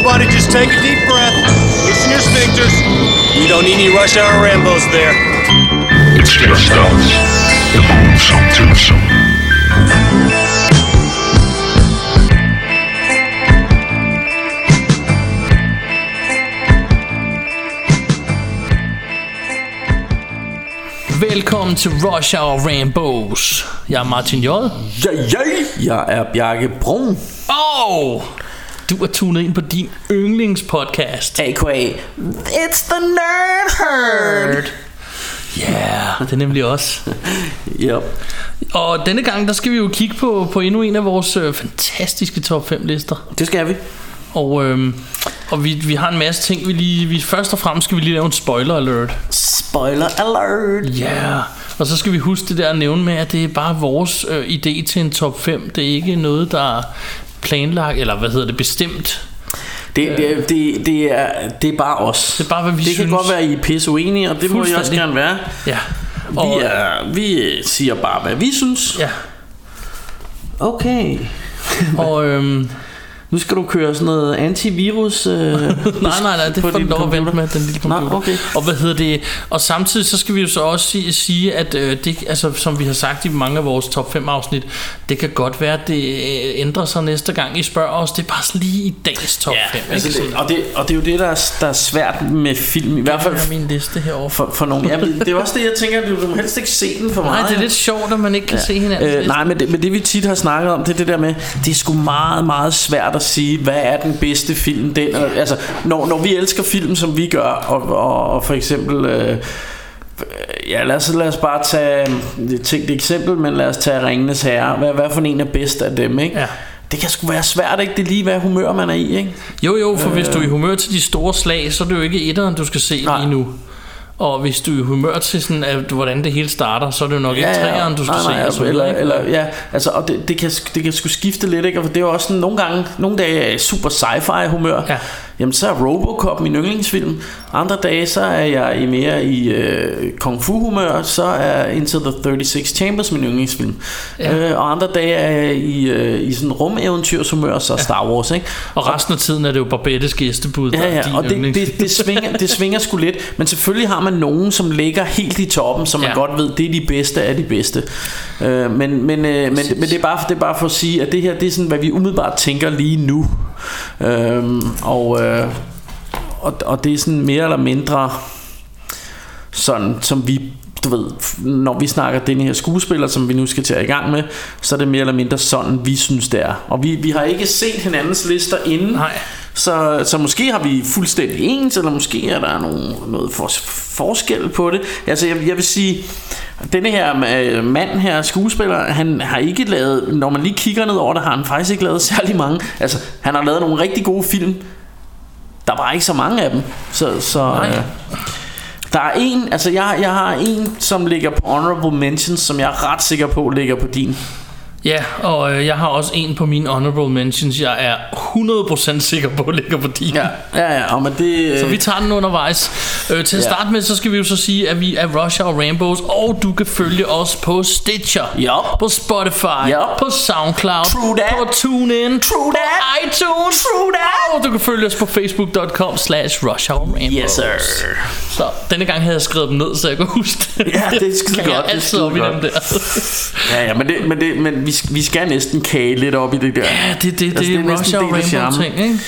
Everybody just take a deep breath. Loosen your sphincters. We don't need any rush hour Rambos there. It's just us. The Boomsome Twosome. Velkommen til Rush Hour Rambos. Jeg er Martin J. Jeg er Bjarke Brun. Du er tunet ind på din yndlingspodcast, A.K.A. It's the Nerd Herd. Yeah, det er nemlig os. Yep. Og denne gang, der skal vi jo kigge på endnu en af vores fantastiske top 5 lister. Det skal vi. Og vi har en masse ting vi først og fremmest skal vi lige lave en spoiler alert. Spoiler alert. Ja, yeah. Og så skal vi huske det der at nævne med, at det er bare vores idé til en top 5. Det er ikke noget der er planlagt, eller bestemt. Det er bare os. Det er bare hvad vi synes. Det kan godt være I er pisse uenige, og det må I også gerne være. Ja. Vi siger bare hvad vi synes. Ja. Okay. Og nu skal du køre sådan noget antivirus. Nej, det får du lov at vente med den lille computer. Okay. Og og samtidig så skal vi jo så også sige at det, altså, som vi har sagt i mange af vores top 5 afsnit, det kan godt være at det ændrer sig næste gang I spørger os. Det er bare lige i dagens top 5. Altså og det er jo det der er svært med film, i hvert fald min liste herovre for nogle. Ja, det er også det jeg tænker, du må helst ikke se den for meget. Nej, det er lidt sjovt at man ikke kan se hinanden. Nej, men det vi tit har snakket om, det er det der med, det er sgu meget meget svært at sige, hvad er den bedste film. Altså når vi elsker film som vi gør, og for eksempel lad os bare tage et eksempel, men lad os tage Ringenes Herre. Hvad for en er bedst af dem, ikke? Ja. Det kan sgu være svært, ikke? Det er lige hvad humør man er i, ikke? Jo, for hvis du er i humør til de store slag, så er det jo ikke etteren du skal se lige nu. Og hvis du er i humør til sådan, hvordan det hele starter, så er det jo nok ikke træeren du skal se. Og det kan sgu skifte lidt, ikke? Og det er jo også sådan, nogle dage er super sci-fi humør. Ja. Jamen så er Robocop min yndlingsfilm. Andre dage så er jeg mere i kung fu humør. Så er Into the 36 Chambers min yndlingsfilm. Og andre dage er jeg i sådan rumeventyrs-humør. Så Star Wars, ikke? Og resten af tiden er det jo Barbettes gæstebud. Og det svinger sgu lidt. Men selvfølgelig har man nogen som ligger helt i toppen, som man godt ved, det er de bedste af de bedste. Men det er bare for at sige, at det her, det er sådan hvad vi umiddelbart tænker lige nu. Og det er sådan mere eller mindre sådan som vi, du ved, når vi snakker den her skuespiller som vi nu skal til i gang med, så er det mere eller mindre sådan vi synes det er. Og vi har ikke set hinandens lister inden. Nej. Så måske har vi fuldstændig ens, eller måske er der noget forskel på det. Altså jeg vil sige, denne her mand her, skuespiller, han har ikke lavet, når man lige kigger ned over det, har han faktisk ikke lavet særlig mange. Altså han har lavet nogle rigtig gode film. Der var ikke så mange af dem. Der er en, altså jeg har en som ligger på honorable mentions, som jeg er ret sikker på ligger på din. Ja, og jeg har også en på mine honorable mentions. Jeg er 100% sikker på at ligger på din. Ja, men det... Så vi tager den undervejs. Til at starte med, så skal vi jo så sige, at vi er Rush Hour Rambos, og du kan følge os på Stitcher, på Spotify, på SoundCloud, på TuneIn, på iTunes, og du kan følge os på facebook.com/RushHourRambos. Yes, sir. Så denne gang havde jeg skrevet dem ned, så jeg kan huske det. Ja, det er skide godt. Det er skide godt. Men vi skal næsten kage lidt op i det der. Ja, det er Rush Hour Rainbow ting, ikke?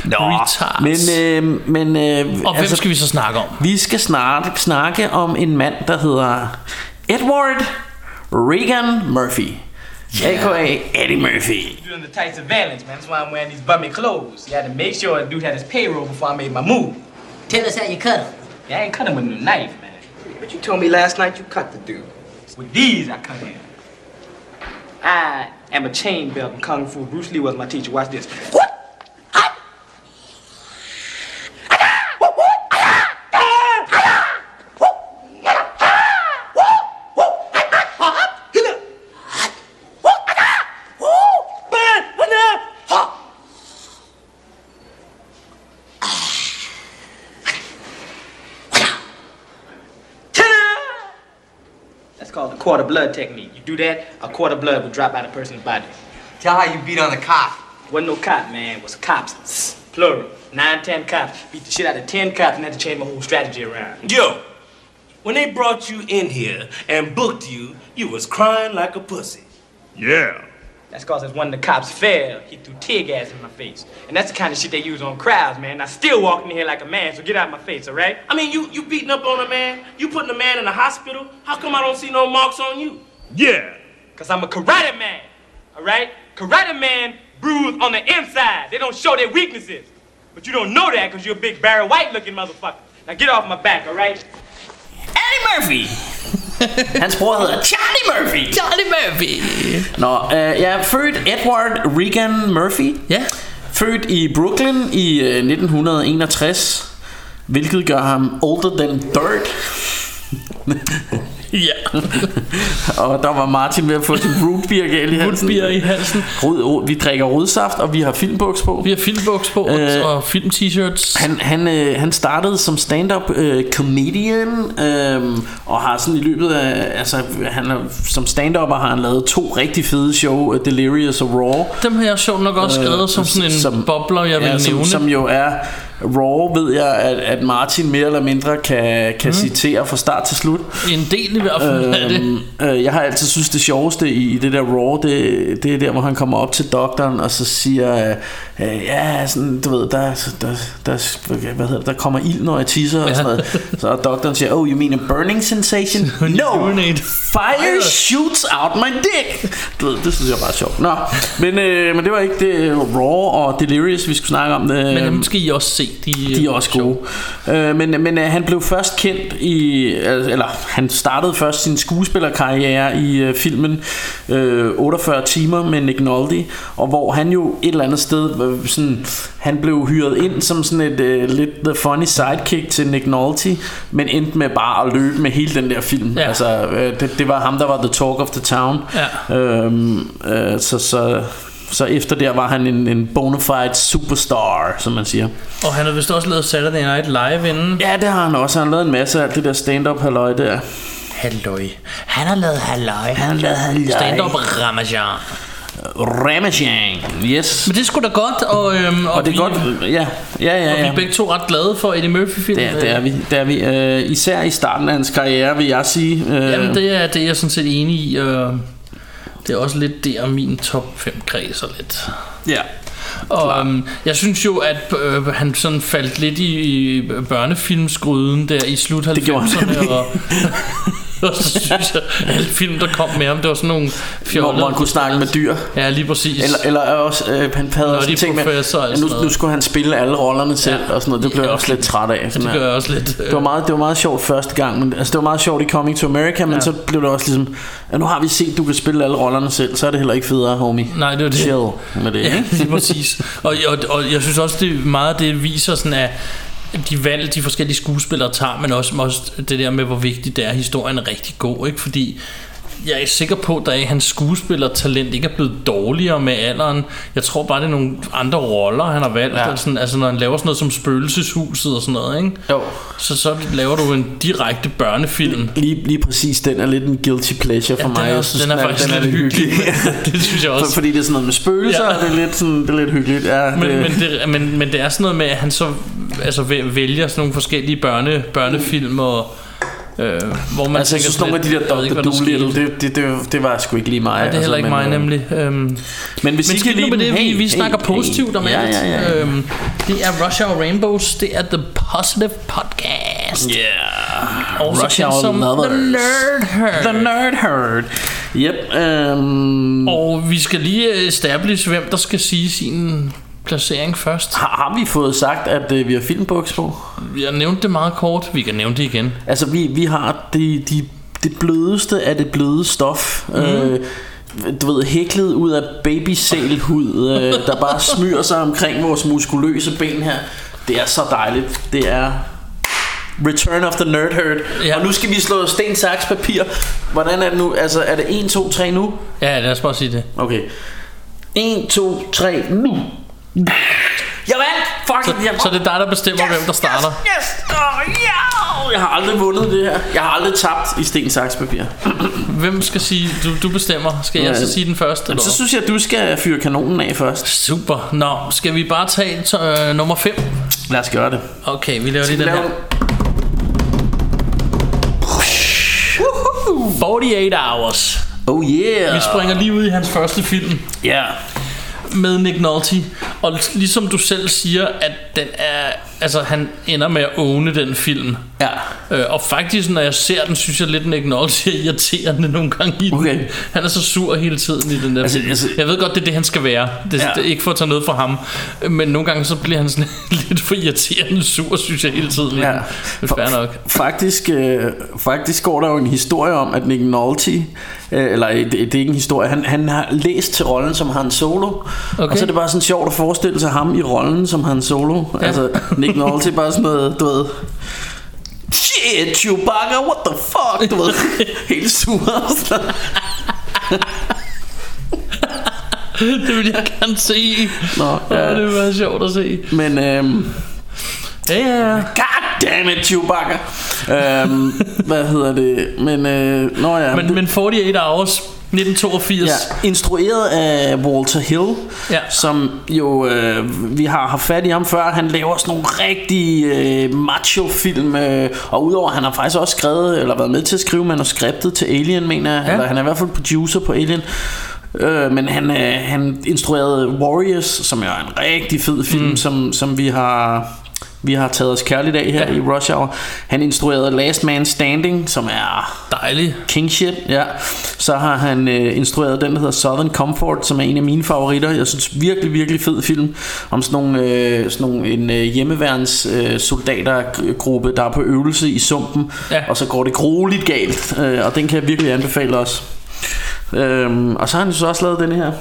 Men og hvem skal vi så snakke om? Vi skal snakke om en mand, der hedder Edward Regan Murphy, a.k.a. Eddie Murphy. Doing the tight surveillance, man. That's why I'm wearing these bummy clothes. You had to make sure the dude had his payroll before I made my move. Tell us how you cut him. Yeah, I ain't cut him with no knife, man. But you told me last night you cut the dude. With these, I cut him. I am a chain belt in Kung Fu. Bruce Lee was my teacher. Watch this. What? That's called the quarter blood technique. You do that, a quarter blood will drop out of a person's body. Tell how you beat on the cop. Wasn't no cop, man. It was cops. Plural. 9-10 cops. Beat the shit out of 10 cops and had to change my whole strategy around. Yo, when they brought you in here and booked you, you was crying like a pussy. Yeah. That's cause as one of the cops fell, he threw tear gas in my face. And that's the kind of shit they use on crowds, man. I still walking in here like a man, so get out of my face, alright? I mean, you beating up on a man, you putting a man in the hospital. How come I don't see no marks on you? Yeah. Cause I'm a karate man, alright? Karate man bruise on the inside. They don't show their weaknesses. But you don't know that cause you're a big Barry White looking motherfucker. Now get off my back, alright? Eddie Murphy. Hans bror hedder Charlie Murphy. Charlie Murphy. Nå, jeg er født Edward Regan Murphy. Ja. Født i Brooklyn i 1961, hvilket gør ham older than dirt. Ja. Og der var Martin ved at få sin root beer galt i halsen. Root beer i halsen. Vi drikker rødsaft, og vi har filmbuks på. Vi har filmbuks på og film-t-shirts. Han startede som stand-up comedian, og har sådan i løbet af, altså som stand-upper har han lavet 2 rigtig fede show, Delirious og Raw. Dem har jeg sjovt nok også skrevet som sådan en bobler, jeg vil nævne. Som jo er Raw, ved jeg, at Martin mere eller mindre kan citere fra start til slut. En del i hvert fald af det. Jeg har altid synes det sjoveste i det der Raw, det er der, hvor han kommer op til doktoren og så siger, ja, sådan, du ved, der kommer ild, når jeg tisser og sådan noget. Så doktoren siger, oh, you mean a burning sensation? No, fire shoots out my dick. Du ved, det synes jeg bare er sjovt. Nå, men det var ikke det. Raw og Delirious, vi skulle snakke om det. Men dem skal I også se. De er også gode. Men han blev først kendt han startede først sin skuespillerkarriere i filmen 48 timer med Nick Nolte, og hvor han jo et eller andet sted sådan, han blev hyret ind som sådan et lidt the funny sidekick til Nick Nolte, men endte med bare at løbe med hele den der film. Ja. Altså det var ham, der var the talk of the town. Ja. Så efter der var han en bona fide superstar, som man siger. Og han har vist også lavet Saturday Night Live inden. Ja, det har han også. Han har lavet en masse af det der stand-up halløj der. Halløj. Han har lavet halløj. Stand-up Ramachan. Yes. Men det er sgu da godt. Og det er godt. Ja. Og vi er begge to ret glade for Eddie Murphy-film. Det er vi. Især i starten af hans karriere, vil jeg sige. Jamen det er jeg sådan set enig i. Det er også lidt der min top 5 kredser lidt. Ja. Og jeg synes jo at han sådan faldt lidt i børnefilmsgryden der i slut 90'erne og så synes jeg alle film der kom med ham, det var sådan nogle fjollede, hvor man kunne snakke med dyr. Ja, lige præcis. Eller også han havde også ting med nu skulle han spille alle rollerne selv og sådan noget. Det blev jeg også lidt træt af. Det gør jeg også lidt. Det var meget sjovt første gang, men altså det var meget sjovt i Coming to America, men så blev det også ligesom, nu har vi set du kan spille alle rollerne selv, så er det heller ikke federe, homie. Nej, det var det. Chill med det. Ja, lige præcis. Og jeg synes også det meget det viser sådan at de valg de forskellige skuespillere tager, men også det der med hvor vigtigt det er, historien er rigtig god, ikke? Fordi jeg er sikker på at hans skuespillertalent ikke er blevet dårligere med alderen. Jeg tror bare det er nogle andre roller han har valgt, altså når han laver sådan noget som Spøgelseshuset og sådan noget, ikke? Jo. Så laver du en direkte børnefilm. Lige præcis, den er lidt en guilty pleasure for mig. Den er faktisk lidt hyggelig. Det synes jeg også. Fordi det er sådan noget med spøgelser, og det er lidt sådan, det er lidt hyggeligt. Ja, men det er sådan noget med at han så altså vælger sådan nogle forskellige børnefilm og hvor man altså jeg synes nogle af de der Dr. Dolittle det var sgu ikke lige mig. Ja, det er heller ikke mig nemlig. Men hvis I kan lide det, vi snakker positivt om alt. Det er Rush Hour Rainbows. Det er The Positive Podcast. Yeah. Også kendt som The Nerd Herd. The Nerd Herd. Yep. Og vi skal lige establish hvem der skal sige sin placering først. Har vi fået sagt at vi har filmbuks på? Jeg nævnte det meget kort. Vi kan nævne det igen. Altså vi har det blødeste af det bløde stof. Du ved, hæklet ud af babysælhud, der bare smyrer sig omkring vores muskuløse ben her. Det er så dejligt. Det er Return of the Nerd Herd. Ja. Og nu skal vi slå sten, saks, papir. Hvordan er det nu? Altså er det 1, 2, 3 nu? Ja, lad os bare sige det. Okay. 1, 2, 3 nu. Jeg vandt! Fuck, så det er dig der bestemmer hvem der starter. Yes! Oh, yeah! Jeg har aldrig vundet det her. Jeg har aldrig tabt i sten, saks, papir. Hvem skal sige? Du bestemmer. Skal jeg så sige den første? Så synes jeg, at du skal fyre kanonen af først. Super. Nå, skal vi bare tage nummer 5? Lad os gøre det. Okay, vi laver lige den her. 48 Hours. Oh yeah. Vi springer lige ud i hans første film. Ja. Yeah. Med Nick Nolte. Og ligesom du selv siger, at den er, altså han ender med at åbne den film. Ja. Og faktisk når jeg ser den, synes jeg lidt Nick Nolte er irriterende nogle gange i den. Okay. Han er så sur hele tiden i den der film. Jeg ved godt, det er det han skal være. Det er ikke for at tage noget fra ham. Men nogle gange så bliver han sådan lidt for irriterende sur, synes jeg hele tiden. Ja. Det er fair nok. Faktisk går der jo en historie om, at Nick Nolte, eller det er ikke en historie, han har læst til rollen som Han Solo. Okay. Og så er det bare sådan sjovt at forestille sig ham i rollen som Han Solo. Ja. Altså Nick Nolte bare sådan noget, du ved, shit, Chewbacca, what the fuck, du ved, helt sur. Det vil jeg gerne se. Nå, ja. Det var sjovt at se. Men ja. God damn it, Chewbacca. Hvad hedder det? Men 48 Hours 1982. Ja, instrueret af Walter Hill, som jo vi har haft fat i ham før. Han laver sådan nogle rigtig macho-film, og udover han har faktisk også skrevet eller været med til at skrive manuskriptet til Alien, mener jeg. Eller han er i hvert fald producer på Alien. Men han instruerede Warriors, som er en rigtig fed film, som vi har taget os kærligt af her i Rush Hour. Han instruerede Last Man Standing, som er dejlig king shit. Ja. Så har han instrueret den, der hedder Southern Comfort, som er en af mine favoritter. Jeg synes virkelig, virkelig fed film om sådan en hjemmeværns soldatergruppe, der er på øvelse i sumpen, og så går det grueligt galt. Og den kan jeg virkelig anbefale os. Og så har han så også lavet denne her.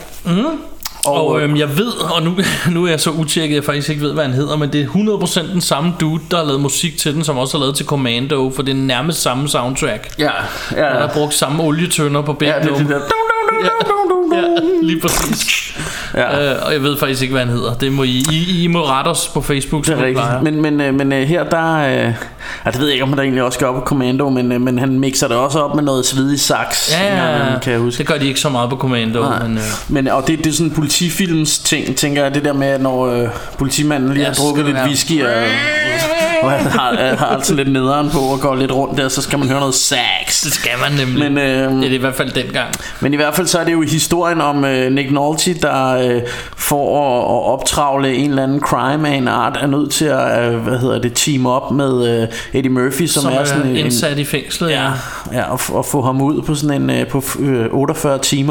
Og jeg ved, og nu er jeg så utjekket, jeg faktisk ikke ved, hvad han hedder, men det er 100% den samme dude, der har lavet musik til den, som også har lavet til Commando, for det er nærmest samme soundtrack. Ja. Han har brugt samme olietønder på begge numre. Ja, lige præcis. Og jeg ved faktisk ikke, hvad han hedder. Det må I må rette os på Facebook. Det er rigtigt. Men her der det ved jeg ikke, om der egentlig også gør på Commando, men han mixer det også op med noget svedig sax. Kan jeg huske. Det gør de ikke så meget på Commando. Men og det er sådan en politifilms ting, tænker jeg, det der med, at når politimanden lige har drukket lidt whisky og han har altså lidt nederen på og går lidt rundt der, så skal man høre noget sax. Det skal man nemlig. Men det er i hvert fald dengang. Men i hvert fald så er det jo historien om Nick Nolte, der for at optravle en eller anden crime af en art, er nødt til at team op med Eddie Murphy, som er sådan indsat i fængslet. Ja, og få ham ud på sådan en på 48 timer.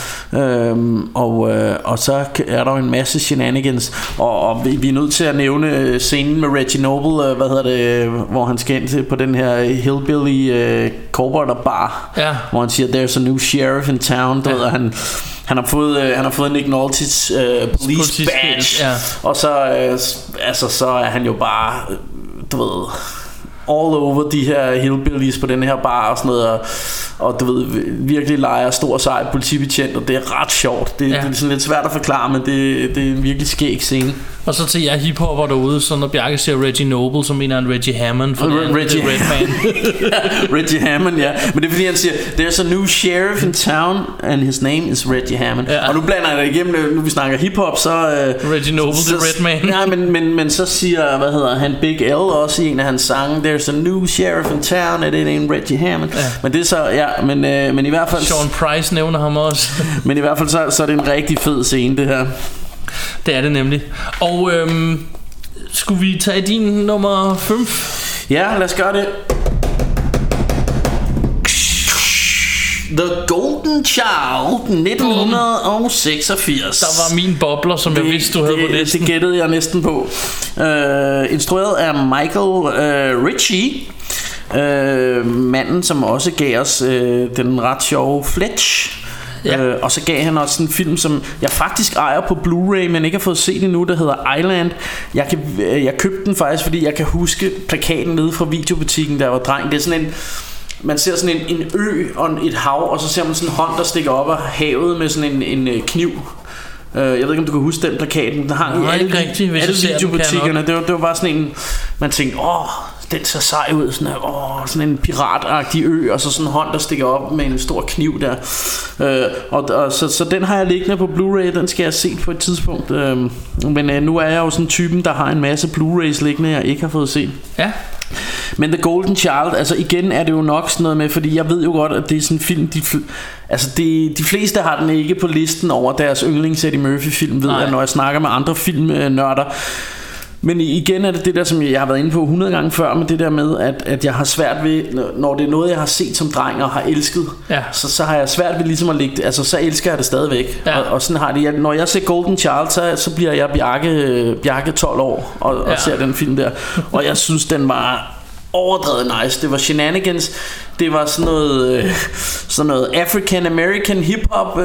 Og så er der jo en masse shenanigans, og vi er nødt til at nævne scenen med Reggie Noble, hvor han skal ind til på den her hillbilly cowboy bar, hvor han siger there's a new sheriff in town, og han har fået Nick Nolte's police badge, og så er han jo bare, du ved, all over de her hillbillies på den her bar og sådan noget, og du ved, virkelig leger stor sej politibetjent, og det er ret sjovt. Det er sådan lidt svært at forklare, men det er en virkelig skæg scene. Og så til jer hiphopper derude, så når Bjarke siger Reggie Noble, så mener han Reggie Hammond, for Reggie Redman. Reggie Hammond, ja. Men det er fordi han siger there's a new sheriff in town and his name is Reggie Hammond. Og nu blander jeg det igennem, nu vi snakker hiphop, så Reggie Noble, the Redman. Nej, men så siger han Big L også i en af hans sange, there's a new sheriff in town and it ain't Reggie Hammond. Men det er så men i hvert fald Sean Price nævner ham også. Men i hvert fald så er det en rigtig fed scene, det her. Det er det nemlig. Og skulle vi tage din nummer 5? Ja, lad os gøre det. The Golden Child 1986. Der var min bobler, som jeg vidste du havde på listen. Det gættede jeg næsten på. Instrueret af Michael Ritchie, manden som også gav os den ret sjove Fletch. Og så gav han også en film, som jeg faktisk ejer på Blu-ray, men ikke har fået set endnu, der hedder Island. Jeg købte den faktisk, fordi jeg kan huske plakaten nede fra videobutikken, der var dreng. Det er sådan en, man ser sådan en ø og et hav, og så ser man sådan en hånd, der stikker op af havet med sådan en kniv. Jeg ved ikke om du kan huske den plakat. Den hang i alle videobutikkerne. Det var bare sådan en, man tænkte, den ser sej ud, sådan en piratagtig ø, og så sådan en hånd, der stikker op med en stor kniv der. Så den har jeg liggende på Blu-ray. Den skal jeg se på et tidspunkt. Men nu er jeg jo sådan typen, der har en masse Blu-rays liggende, jeg ikke har fået set. Ja. Men The Golden Child, altså igen er det jo nok sådan noget med, fordi jeg ved jo godt, at det er sådan en film, de fleste har den ikke på listen over deres yndlings Eddie Murphy film, ved jeg, når jeg snakker med andre filmnørder. Men igen er det det der, som jeg har været inde på 100 gange før, med det der med, at jeg har svært ved, når det er noget, jeg har set som dreng og har elsket, så har jeg svært ved ligesom at lægge det, altså så elsker jeg det stadigvæk. Og sådan har det, når jeg ser Golden Child, så bliver jeg Bjarke 12 år og ser den film der. Og jeg synes, den var overdrevet nice. Det var shenanigans. Det var sådan noget African American hip hop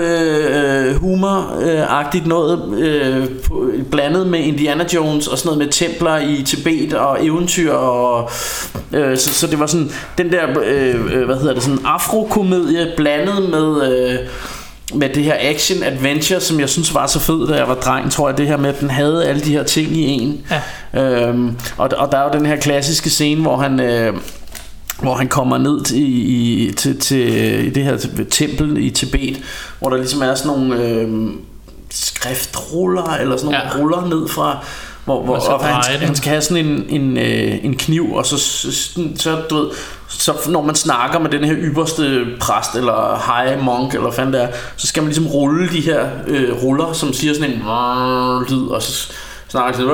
humor-agtigt noget blandet med Indiana Jones og sådan noget med templer i Tibet og eventyr og så det var sådan den der sådan afrokomedie blandet med det her action adventure, som jeg synes var så fed, da jeg var dreng, tror jeg, det her med at den havde alle de her ting i en. Og der er jo den her klassiske scene, hvor han kommer ned til det her tempel i Tibet, hvor der ligesom er sådan nogle skriftruller eller sådan nogle ruller ned fra, hvor han skal have sådan en kniv, og så du ved, så når man snakker med den her ypperste præst eller high monk eller hvad fanden det er, så skal man ligesom rulle de her ruller, som siger sådan en lyd, og så snakker sådan,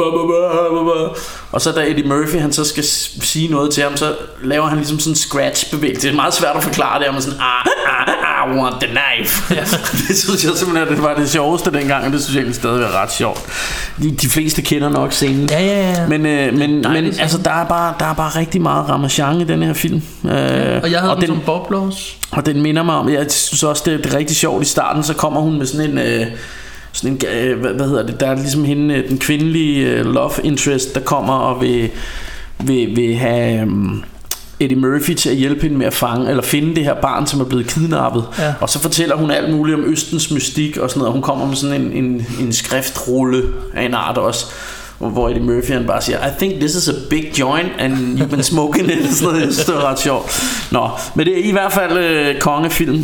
og så da Eddie Murphy han så skal sige noget til ham, så laver han ligesom sådan en scratch bevægelse. Det er meget svært at forklare det, men sådan I want the knife. Det synes jeg simpelthen, at det var det sjoveste dengang, og det synes jeg stadig er ret sjovt. De fleste kender nok scenen. Men altså der er bare rigtig meget ramachan i den her film. Og jeg havde den som boblers. Og den minder mig om, jeg synes også det er rigtig sjovt i starten, så kommer hun med sådan en hvad hedder det, der er ligesom hende, den kvindelige love interest, der kommer og vil have Eddie Murphy til at hjælpe hende med at fange eller finde det her barn, som er blevet kidnappet. Og så fortæller hun alt muligt om Østens mystik og sådan noget, og hun kommer med sådan en skriftrulle af en art også, hvor Eddie Murphy han bare siger, I think this is a big joint and you've been smoking it. Sådan noget. Det er ret sjovt. Men det er i hvert fald kongefilm.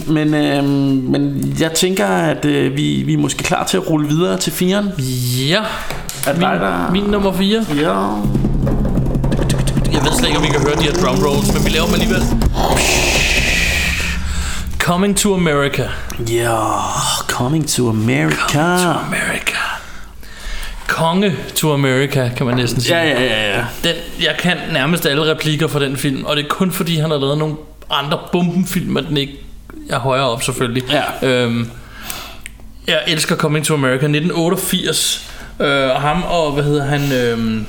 Men jeg tænker, at vi er måske klar til at rulle videre til 4'eren. Ja. Min nummer 4. Ja. Jeg ved slet ikke, om vi kan høre de her drum rolls, men vi laver dem alligevel. Coming to America. Coming to America. Konge to America, kan man næsten sige. Ja. Jeg kan nærmest alle replikker fra den film, og det er kun fordi han har lavet nogle andre bombenfilm, at den ikke er højere op selvfølgelig. Jeg elsker Coming to America 1988. Og ham og hvad hedder han?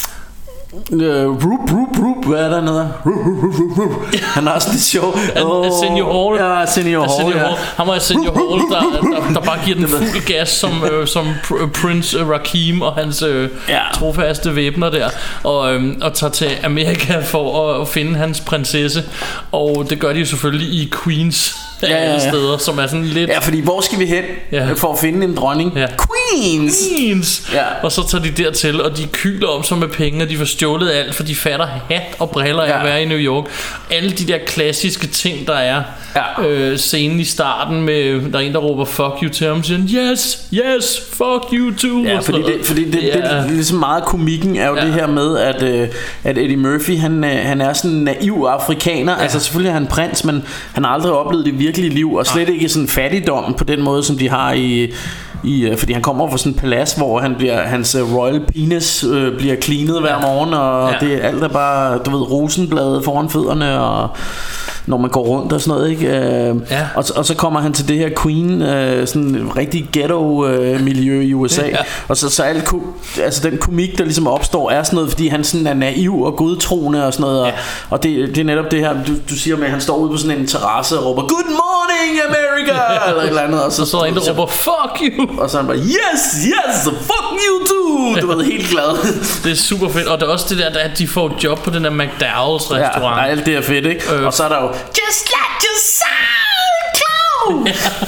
Hvad er der nede? Han har sådan lidt sjov. Senior Hall. Ja, Senior Hall. Han var Senior Hall, der bare giver den fuld gas som Prince Rakim og hans trofaste væbner der, og tager til Amerika for at finde hans prinsesse. Og det gør de jo selvfølgelig i Queens steder, som er sådan lidt... Ja, fordi hvor skal vi hen for at finde en dronning? Queens. Og så tager de dertil, og de kyler om sig med penge, og de får stjålet alt, for de fatter hat og briller af at være i New York. Alle de der klassiske ting, der er. Scenen i starten med, der er en, der råber fuck you til ham, siger yes, fuck you too. Ja, fordi det er ligesom meget komikken er jo det her med, at Eddie Murphy, han er sådan en naiv afrikaner. Altså selvfølgelig er han prins, men han har aldrig oplevet det virkelige liv, og slet ikke sådan fattigdom på den måde, som de har fordi han kommer fra sådan en palads, hvor hans royal penis bliver cleanet hver morgen, og det alt er bare, du ved, rosenblade foran fødderne, og når man går rundt og sådan noget, ikke? Og så kommer han til det her Queen, sådan en rigtig ghetto miljø i USA, og så altså den komik, der ligesom opstår, er sådan noget, fordi han sådan er naiv og godtroende og sådan noget, og det er netop det her, du siger med, at han står ude på sådan en terrasse og råber good morning America eller et eller andet, og så er en, der råber fuck you, og så er han bare yes, fuck you too. Du var helt glad. Det er super fedt. Og det er også det der, at de får job på den der McDowell's restaurant. Alt det er fedt, ikke? Og så er der jo just like you sound clown.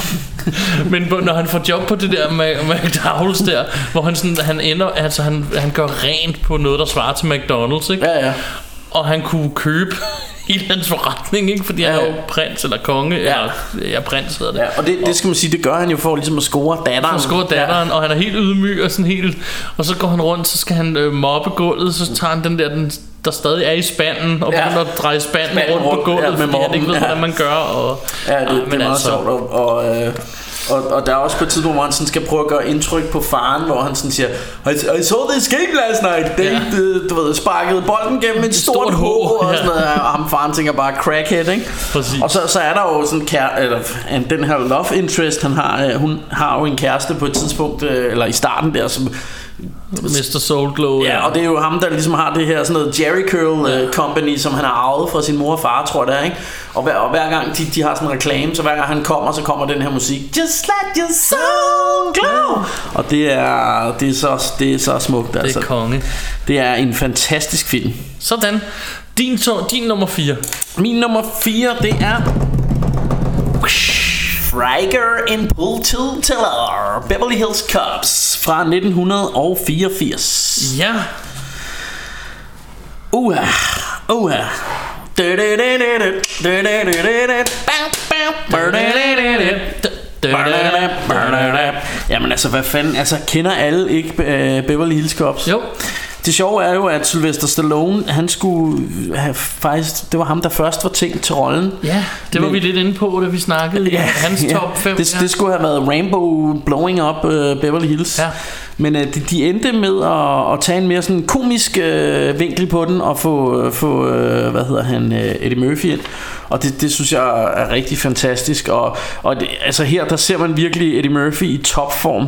Men når han får job på det der McDonald's der, hvor han gør rent på noget der svarer til McDonald's, ikke? Ja. Og han kunne købe hele hans forretning, ikke? Fordi han er jo prins eller konge, eller prins hedder det. Ja, og det skal man sige, det gør han jo for ligesom at score datteren. Og han er helt ydmyg og sådan helt. Og så går han rundt, så skal han mobbe gulvet, så tager han den der stadig er i spanden, og begynder at dreje spanden rundt på gulvet, fordi han ikke ved, hvordan man gør. Og, det er meget sjovt. Og der er også på et tidspunkt, hvor han sådan skal prøve at gøre indtryk på faren, hvor han sådan siger, I saw this game last night. Du ved, sparkede bolden gennem et stort H og sådan noget, og ham faren tænker bare crackhead, ikke? Præcis. Og så er der jo sådan den her love interest, hun har jo en kæreste på et tidspunkt, eller i starten der, som Mr. Soulglow. Ja, og det er jo ham, der ligesom har det her sådan noget Jerry Curl company, som han har arvet fra sin mor og far, tror jeg, ikke? Og hver gang de har sådan en reklame, så hver gang han kommer, så kommer den her musik, Just let your soul glow. Og det er så smukt, altså. Det er konge. Det er en fantastisk film. Sådan. Din nummer 4. Min nummer 4, det er Frigger in Pull to Teller, Beverly Hills Cops fra 1984. Ja. Jamen altså, hvad fanden, altså kender alle ikke Beverly Hills Cops? Jo. Det sjove er jo, at Sylvester Stallone, han skulle have faktisk, det var ham, der først var tænkt til rollen. Ja, det var vi lidt inde på, da vi snakkede i hans top 5. Det skulle have været Rambo Blowing Up Beverly Hills. Ja. Men de endte med at tage en mere sådan komisk vinkel på den og få hvad hedder han, Eddie Murphy ind. Og det synes jeg er rigtig fantastisk. Og det, altså her der ser man virkelig Eddie Murphy i topform.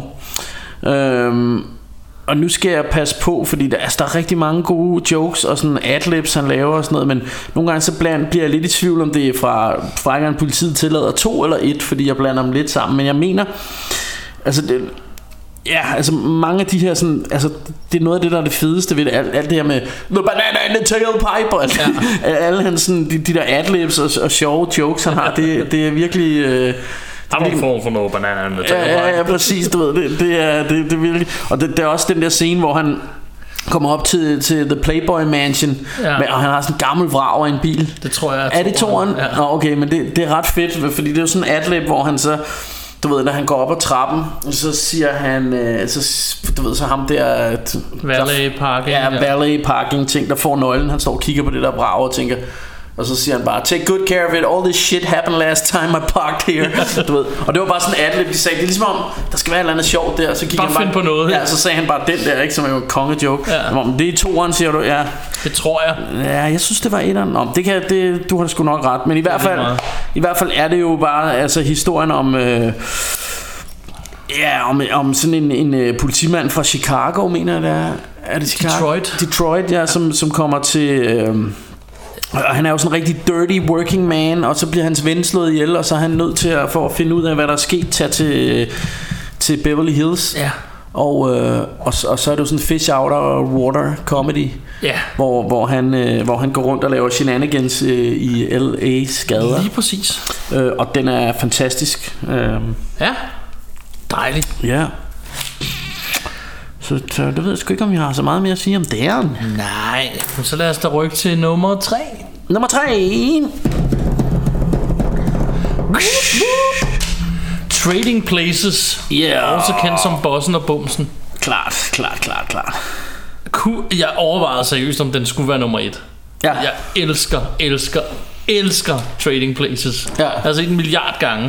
Og nu skal jeg passe på, fordi der er rigtig mange gode jokes og sådan adlibs han laver og sådan noget, men nogle gange så bliver jeg lidt i tvivl om det er fra en politiet tillader 2 eller 1, fordi jeg blander dem lidt sammen. Men jeg mener, altså altså mange af de her sådan, altså det er noget af det der er det fedeste ved det, alt det her med the banana in the tailpipe og alle hans sådan de der adlibs og sjove jokes han har, det er virkelig der er en form for noget banana. Ja, præcis, du ved, det er virkelig. Og det er også den der scene, hvor han kommer op til The Playboy Mansion, og han har sådan en gammel vrag over en bil. Det tror jeg er det toren? Ja. Nå, okay, men det er ret fedt, fordi det er jo sådan en adlib, hvor han så, du ved, når han går op ad trappen, så siger han, du ved, så ham der valet parking. Ja, valet parking ting, der får nøglen, han står og kigger på det der vrag og tænker. Og så siger han bare, take good care of it, all this shit happened last time I parked here. Du ved. Og det var bare sådan en adlib, de sagde, det er ligesom om, der skal være et eller andet sjovt der. Så bare finde på noget. Ja, så sagde han bare den der, ikke, som er jo en kongejoke. Ja. Det er 2'eren, siger du, ja. Det tror jeg. Ja, jeg synes det var 1'eren. Du har sgu nok ret. Men i hvert fald er det jo bare altså historien om om sådan en politimand fra Chicago, mener jeg det er. Er det Chicago? Detroit, ja, som kommer til og han er jo sådan en rigtig dirty working man, og så bliver hans ven slået ihjel, og så er han nødt til for at finde ud af hvad der er sket, tage til Beverly Hills. Ja. Og så er det jo sådan fish out of water comedy, hvor han går rundt og laver shenanigans i LA's gader. Lige præcis. Og den er fantastisk. Ja. Dejligt. Ja. Så det ved jeg sgu ikke, om jeg har så meget mere at sige om dæren. Nej, så lad os da rykke til nummer 3. Nummer 3. Trading Places. Også kendt som Bossen og Bumsen. Klart. Jeg overvejede seriøst, om den skulle være nummer 1. Ja. Jeg elsker Trading Places. Jeg har set en milliard gange.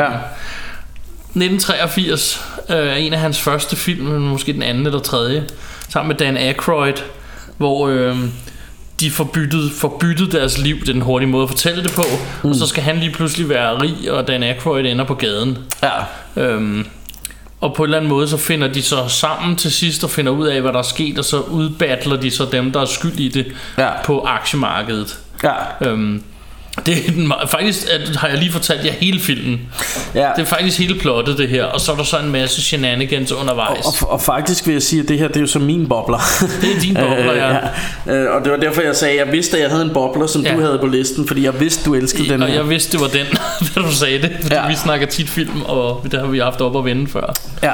1983 er en af hans første film, måske den anden eller tredje, sammen med Dan Aykroyd, hvor de forbyttede deres liv. Det er den hurtige måde at fortælle det på. Og så skal han lige pludselig være rig, og Dan Aykroyd ender på gaden. Og på en eller anden måde så finder de så sammen til sidst og finder ud af hvad der er sket, og så udbattler de så dem der er skyld i det på aktiemarkedet. Det er faktisk har jeg lige fortalt jer hele filmen. Ja. Det er faktisk hele plottet det her. Og så er der så en masse shenanigans undervejs. Og faktisk vil jeg sige, at det her, det er jo så min bobler. Det er din bobler, ja. Og det var derfor jeg sagde, at jeg vidste, at jeg havde en bobler, som du havde på listen. Fordi jeg vidste, du elskede den her. Og jeg vidste, det var den, da du sagde det. Fordi vi snakker tit film, og det har vi haft op at vende før. Ja.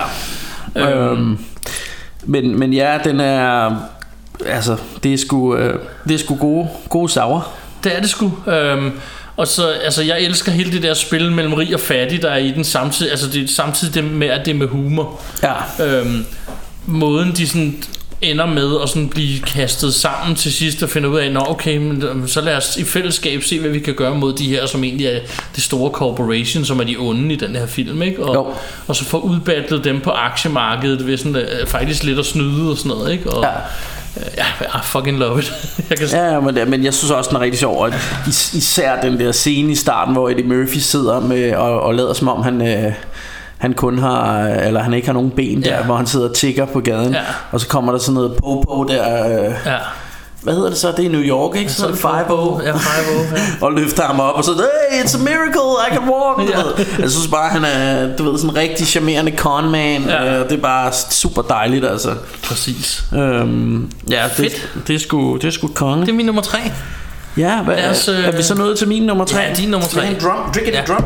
Men ja, den er... Altså, det er sgu gode sauer. Det er det sgu. Og så, altså, jeg elsker hele det der spil mellem rig og fattig, der er i den samtidig. Altså, det er samtidig med, at det er med humor. Ja. Måden de sådan ender med at sådan blive kastet sammen til sidst og finde ud af, nå okay, men så lad os i fællesskab se, hvad vi kan gøre mod de her, som egentlig er det store corporation, som er de onde i den her film, ikke? Og så få udbattlet dem på aktiemarkedet ved sådan faktisk lidt at snyde og sådan noget, ikke? Og, ja, I fucking love it. Men jeg synes også, den er rigtig sjov. Og især den der scene i starten, hvor Eddie Murphy sidder med og lader som om han kun har, eller han ikke har nogen ben der, hvor han sidder og tigger på gaden. Og så kommer der sådan noget po der. Hvad hedder det så? Det er New York, ikke? Så 5-0. Ja, 5-0. Og løfter ham op og så, hey, it's a miracle, I can walk. Jeg synes bare, han er, du ved, sådan en rigtig charmerende conman. Det er bare super dejligt, altså. Præcis. Ja, det er sgu konge. Det er min nummer 3. Ja, er vi så nået til min nummer 3? Ja, din nummer 3. Drickety drum.